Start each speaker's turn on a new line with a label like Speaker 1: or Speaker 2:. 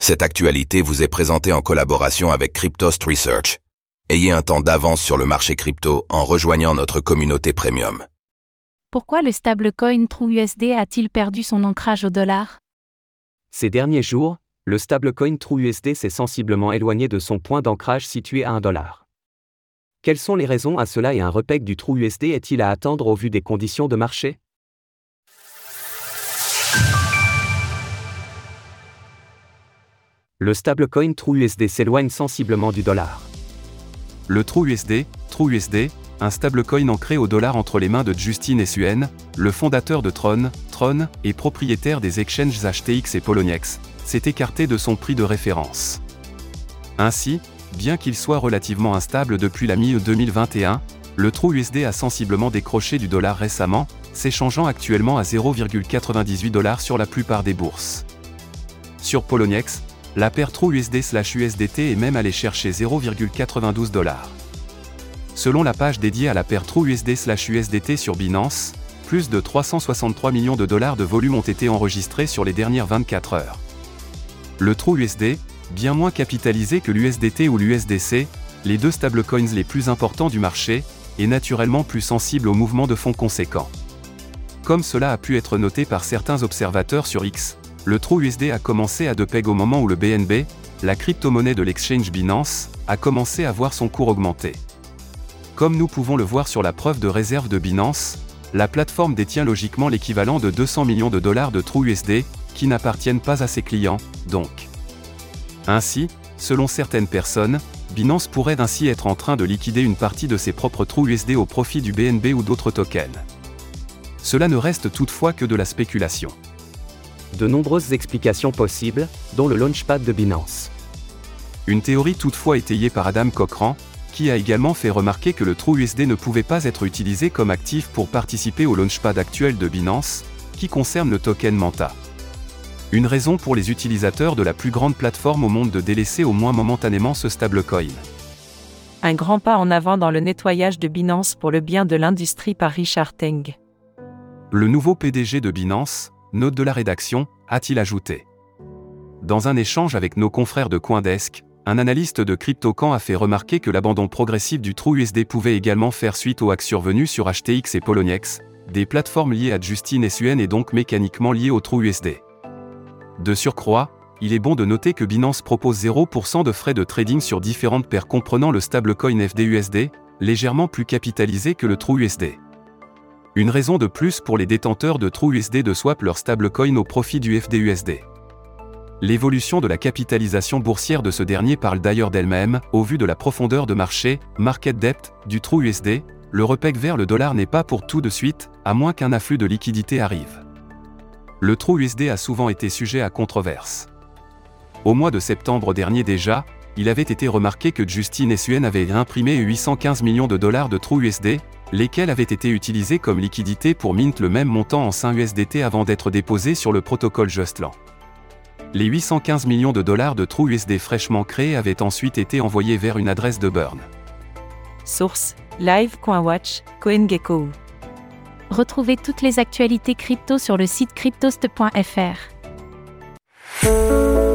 Speaker 1: Cette actualité vous est présentée en collaboration avec Cryptost Research. Ayez un temps d'avance sur le marché crypto en rejoignant notre communauté premium.
Speaker 2: Pourquoi le stablecoin TrueUSD a-t-il perdu son ancrage au dollar ?
Speaker 3: Ces derniers jours, le stablecoin TrueUSD s'est sensiblement éloigné de son point d'ancrage situé à $1. Quelles sont les raisons à cela et un repeg du TrueUSD est-il à attendre au vu des conditions de marché ? Le stablecoin TrueUSD s'éloigne sensiblement du dollar.
Speaker 4: Le TrueUSD, un stablecoin ancré au dollar entre les mains de Justin Sun, le fondateur de Tron et propriétaire des exchanges HTX et Poloniex, s'est écarté de son prix de référence. Ainsi, bien qu'il soit relativement instable depuis la mi-2021, le TrueUSD a sensiblement décroché du dollar récemment, s'échangeant actuellement à $0,98 sur la plupart des bourses. Sur Poloniex, la paire TrueUSD/USDT est même allée chercher $0,92. Selon la page dédiée à la paire TrueUSD/USDT sur Binance, plus de 363 millions de dollars de volume ont été enregistrés sur les dernières 24 heures. Le TrueUSD, bien moins capitalisé que l'USDT ou l'USDC, les deux stablecoins les plus importants du marché, est naturellement plus sensible aux mouvements de fonds conséquents. Comme cela a pu être noté par certains observateurs sur X, le TrueUSD a commencé à depeg au moment où le BNB, la crypto-monnaie de l'exchange Binance, a commencé à voir son cours augmenter. Comme nous pouvons le voir sur la preuve de réserve de Binance, la plateforme détient logiquement l'équivalent de 200 millions de dollars de TrueUSD, qui n'appartiennent pas à ses clients, donc. Ainsi, selon certaines personnes, Binance pourrait ainsi être en train de liquider une partie de ses propres TrueUSD au profit du BNB ou d'autres tokens. Cela ne reste toutefois que de la spéculation.
Speaker 3: De nombreuses explications possibles, dont le launchpad de Binance.
Speaker 4: Une théorie toutefois étayée par Adam Cochran, qui a également fait remarquer que le TrueUSD ne pouvait pas être utilisé comme actif pour participer au launchpad actuel de Binance, qui concerne le token Manta. Une raison pour les utilisateurs de la plus grande plateforme au monde de délaisser au moins momentanément ce stablecoin.
Speaker 5: Un grand pas en avant dans le nettoyage de Binance pour le bien de l'industrie par Richard Teng.
Speaker 4: Le nouveau PDG de Binance, note de la rédaction, a-t-il ajouté. Dans un échange avec nos confrères de CoinDesk, un analyste de CryptoCamp a fait remarquer que l'abandon progressif du TrueUSD pouvait également faire suite aux hacks survenus sur HTX et Poloniex, des plateformes liées à Justin Sun et donc mécaniquement liées au TrueUSD. De surcroît, il est bon de noter que Binance propose 0% de frais de trading sur différentes paires comprenant le stablecoin FDUSD, légèrement plus capitalisé que le TrueUSD. Une raison de plus pour les détenteurs de TrueUSD de swap leur stablecoin au profit du FDUSD. L'évolution de la capitalisation boursière de ce dernier parle d'ailleurs d'elle-même, au vu de la profondeur de marché, market depth, du TrueUSD, le repeg vers le dollar n'est pas pour tout de suite, à moins qu'un afflux de liquidités arrive. Le TrueUSD a souvent été sujet à controverse. Au mois de septembre dernier déjà, il avait été remarqué que Justin Sun avait imprimé 815 millions de dollars de TrueUSD, lesquels avaient été utilisés comme liquidité pour mint le même montant en SUSDT avant d'être déposés sur le protocole Justland. Les 815 millions de dollars de TrueUSD fraîchement créés avaient ensuite été envoyés vers une adresse de burn.
Speaker 5: Source: Live.watch, CoinGecko.
Speaker 2: Retrouvez toutes les actualités crypto sur le site cryptost.fr.